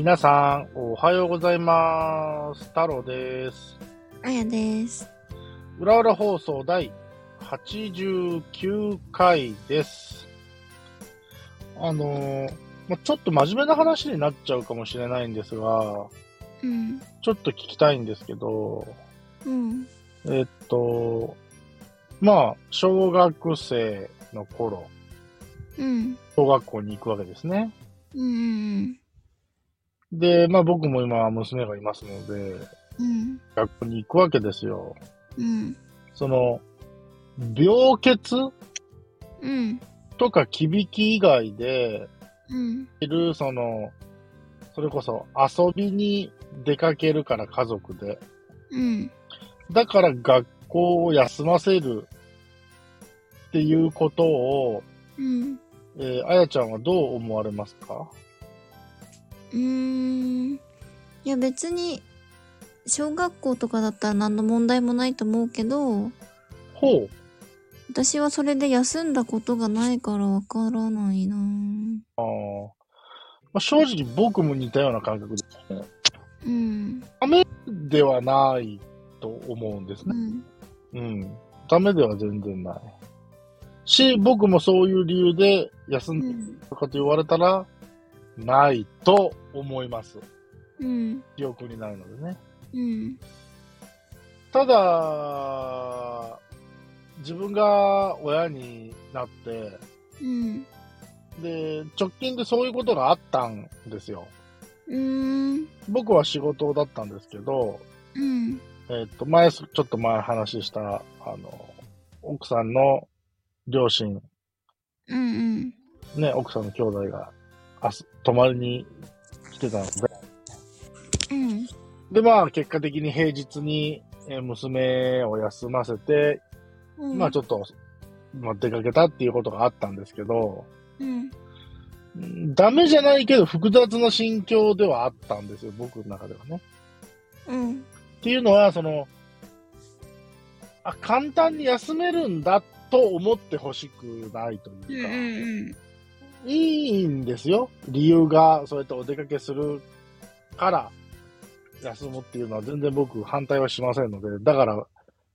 皆さん、おはようございます。太郎です。 あやです。 裏裏放送第89回です。ちょっと真面目な話になっちゃうかもしれないんですが、 うん。 ちょっと聞きたいんですけど、 うん。 小学生の頃、 うん。 小学校に行くわけですね。 うん。 で、僕も今娘がいますので、 うん。 学校に行くわけですよ。 うん。 その、病欠うん。 とかきびき以外で、 うん。 それこそ遊びに出かけるから家族で。 うん。 だから学校を休ませるっていうことを、 うん。 あやちゃんはどう思われますか？ いや別に、小学校とかだったら何の問題もないと思うけど、 ほう。 私はそれで休んだことがないからわからないな。 正直僕も似たような感覚ですね。 うん。 ダメではないと思うんですね。 うん。 うん。ダメでは全然ない。僕もそういう理由で休んでるかと言われたら、ないと思います。 うん。 記憶にないのでね。 うん。 ただ、自分が親になって、 うん。 で、直近でそういうことがあったんですよ。僕は仕事だったんですけど、 うん。 ちょっと前話した、奥さんの両親、 うん。 ね、奥さんの兄弟が、泊まりに来てたので、 うん。 で、結果的に平日に、娘を休ませて、 うん。 ちょっと、出かけたっていうことがあったんですけど、 うん。 ダメじゃないけど複雑な心境ではあったんですよ、僕の中ではね。 うん。 っていうのは、簡単に休めるんだと思ってほしくないというか、いいんですよ。理由が、そうやってお出かけするから休むっていうのは全然僕反対はしませんので、だから、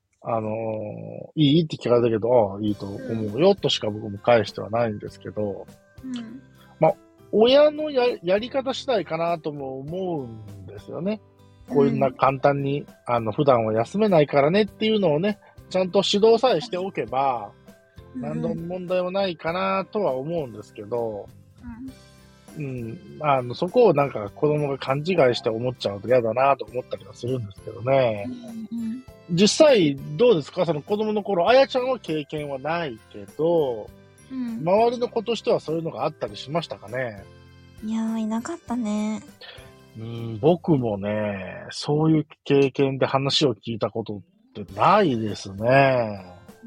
いいって聞かれたけど、ああ、いいと思うよとしか僕も返してはないんですけど、 うん。 親のやり方次第かなとも思うんですよね。こういうな簡単に、普段は休めないからねっていうのをね、ちゃんと指導さえしておけば、何の問題もないかなとは思うんですけど、そこをなんか子供が勘違いして思っちゃうと嫌だなと思ったりはするんですけどね。実際どうですか？その子供の頃、あやちゃんは経験はないけど、周りの子としてはそういうのがあったりしましたかね？ いやー、いなかったね。 僕もね、そういう経験で話を聞いたことってないですね。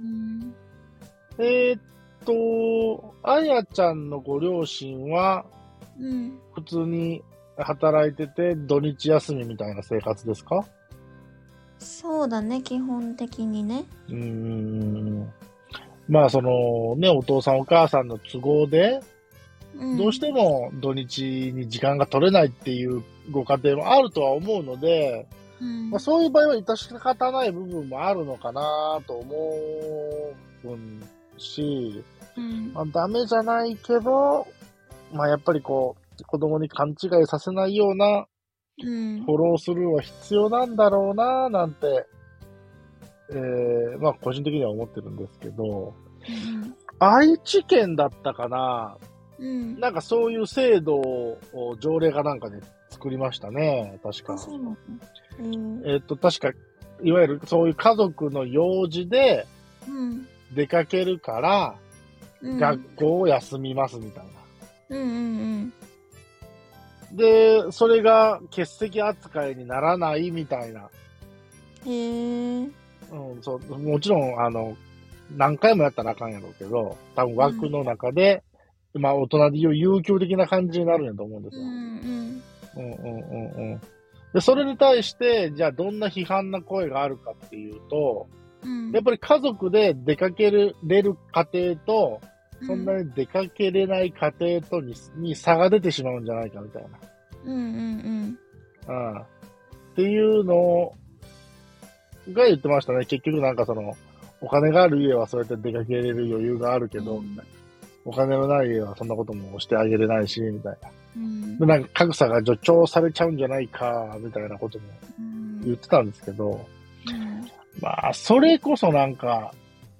あやちゃんのご両親は、普通に働いてて、土日休みみたいな生活ですか？ そうだね、基本的にね。 お父さんお母さんの都合で、どうしても土日に時間が取れないっていうご家庭もあるとは思うので、そういう場合は致し方ない部分もあるのかなと思うし、ダメじゃないけど、やっぱり子供に勘違いさせないようなフォロースルーは必要なんだろうななんて、個人的には思ってるんですけど、愛知県だったかな、なんかそういう制度を条例がなんかで作りましたね、確か。確か、いわゆるそういう家族の用事で出かけるから、学校を休みますみたいな。で、それが欠席扱いにならないみたいな。もちろん、何回もやったらあかんやろうけど、多分枠の中で、大人で言う有給的な感じになるんやと思うんですよ。で、それに対して、じゃあどんな批判な声があるかっていうと、やっぱり家族で出かけれる家庭と、そんなに出かけれない家庭とに差が出てしまうんじゃないかみたいな。 うんうんうん。っていうのが言ってましたね。結局なんかその、お金がある家はそうやって出かけれる余裕があるけど、みたいな。お金のない家はそんなこともしてあげれないし、みたいな。で、なんか格差が助長されちゃうんじゃないか、みたいなことも言ってたんですけど、まあ、それこそなんか、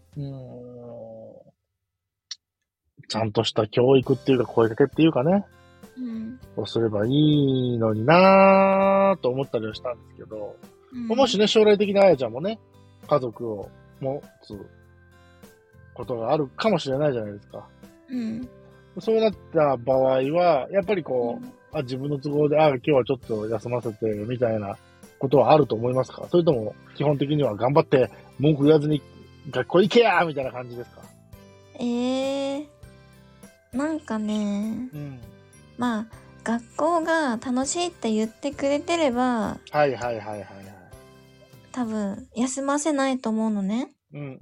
ちゃんとした教育っていうか声かけっていうかね、をすればいいのになぁと思ったりはしたんですけど、もしね、将来的にあやちゃんもね、家族を持つことがあるかもしれないじゃないですか。そうなった場合は、やっぱりこう、自分の都合で、今日はちょっと休ませて、みたいなことはあると思いますか？それとも、基本的には頑張って文句言わずに学校行けやみたいな感じですか？ なんかね、まあ、学校が楽しいって言ってくれてれば、 はいはいはいはいはい。 多分、休ませないと思うのね。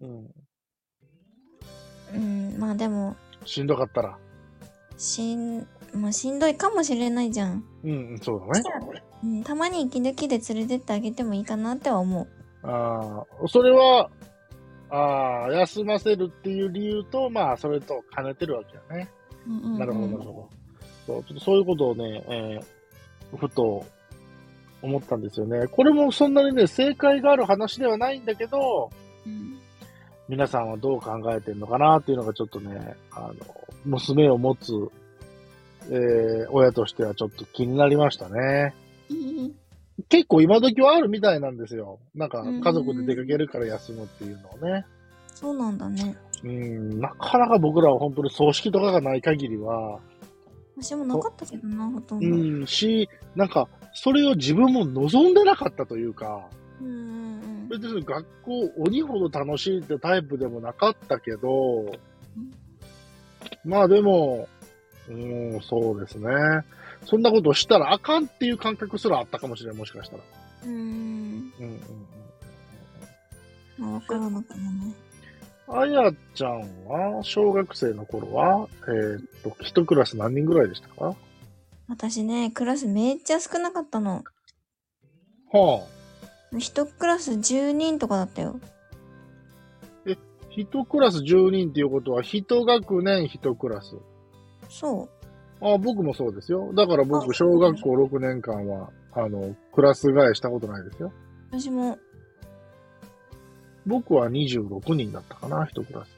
まあでも。 しんどかったら。 まあしんどいかもしれないじゃん。 そうだね。たまに息抜きで連れてってあげてもいいかなっては思う。 それは、休ませるっていう理由と、まあ、それと兼ねてるわけだね。なるほど、なるほど。そういうことをね、ふと思ったんですよね。これもそんなにね、正解がある話ではないんだけど、皆さんはどう考えてるのかなっていうのがちょっとね、娘を持つ、親としてはちょっと気になりましたね。結構今時はあるみたいなんですよ。なんか家族で出かけるから休むっていうのをね。 そうなんだね。 なかなか僕らは本当に葬式とかがない限りは。 私もなかったけどな、ほとんど。 なんか、それを自分も望んでなかったというか。別に学校鬼ほど楽しいってタイプでもなかったけど、まあでも、そうですね。そんなことをしたらあかんっていう感覚すらあったかもしれん、もしかしたら。 わからなくもね。 あやちゃんは、小学生の頃は、一クラス何人ぐらいでしたか？ 私ね、クラスめっちゃ少なかったの。 はあ。一クラス10人とかだったよ。 一クラス10人っていうことは、一学年一クラス。 そう。 僕もそうですよ。だから僕、小学校6年間は、クラス替えしたことないですよ。 私も。 僕は26人だったかな、一クラス。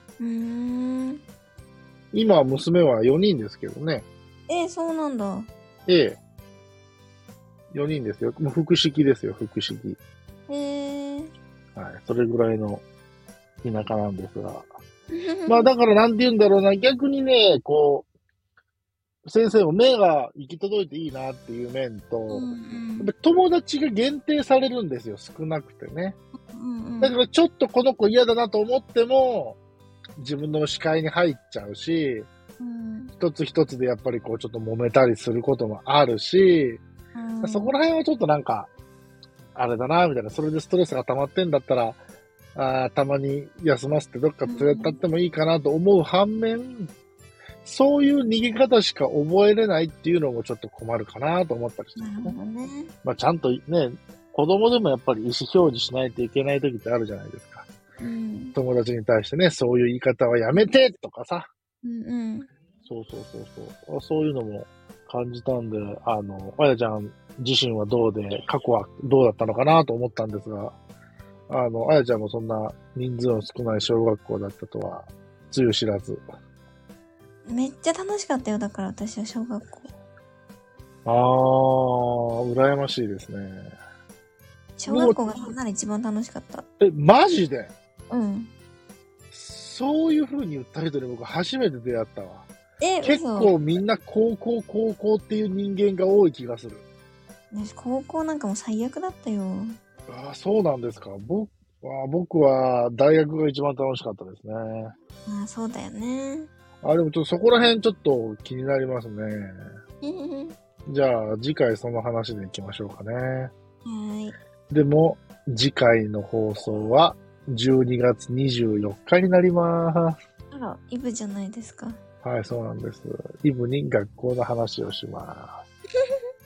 今、娘は4人ですけどね。 そうなんだ。 4人ですよ。もう複式ですよ、複式。はい、それぐらいの田舎なんですが。まあだからなんて言うんだろうな、逆にね、こう、先生も目が行き届いていいなっていう面と、やっぱ友達が限定されるんですよ、少なくてね。だからちょっとこの子嫌だなと思っても、自分の視界に入っちゃうし、一つ一つでやっぱりこうちょっと揉めたりすることもあるし、そこら辺はちょっとなんか、あれだな、みたいな。それでストレスが溜まってんだったら、たまに休ませてどっか連れ立ってもいいかなと思う反面、そういう逃げ方しか覚えれないっていうのもちょっと困るかなと思ったりしてますね。まあちゃんとね、子供でもやっぱり意思表示しないといけない時ってあるじゃないですか。友達に対してね、そういう言い方はやめてとかさ。そういうのも感じたんで、あやちゃん自身はどうで、過去はどうだったのかなと思ったんですが、あやちゃんもそんな人数の少ない小学校だったとは、つゆ知らず。 めっちゃ楽しかったよ、だから私は小学校。 羨ましいですね。 小学校がなんなら一番楽しかった。 マジで？ そういう風に言った人に僕初めて出会ったわ。結構みんな高校っていう人間が多い気がする。 高校なんかも最悪だったよ。 そうなんですか。僕は大学が一番楽しかったですね。 そうだよね。 でもちょっとそこら辺ちょっと気になりますね。じゃあ次回その話でいきましょうかね。でも次回の放送は12月24日になります。 イブじゃないですか。 はい、そうなんです。イブに学校の話をします。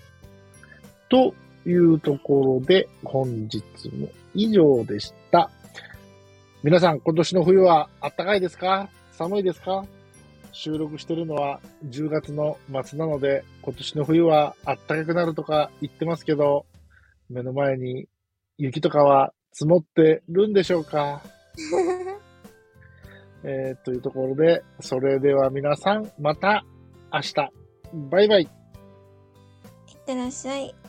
というところで、本日も以上でした。皆さん、今年の冬は暖かいですか？寒いですか？収録してるのは10月の末なので、今年の冬は暖かくなるとか言ってますけど、目の前に雪とかは積もってるんでしょうか？というところで、それでは皆さん、また明日。バイバイ。 いってらっしゃい。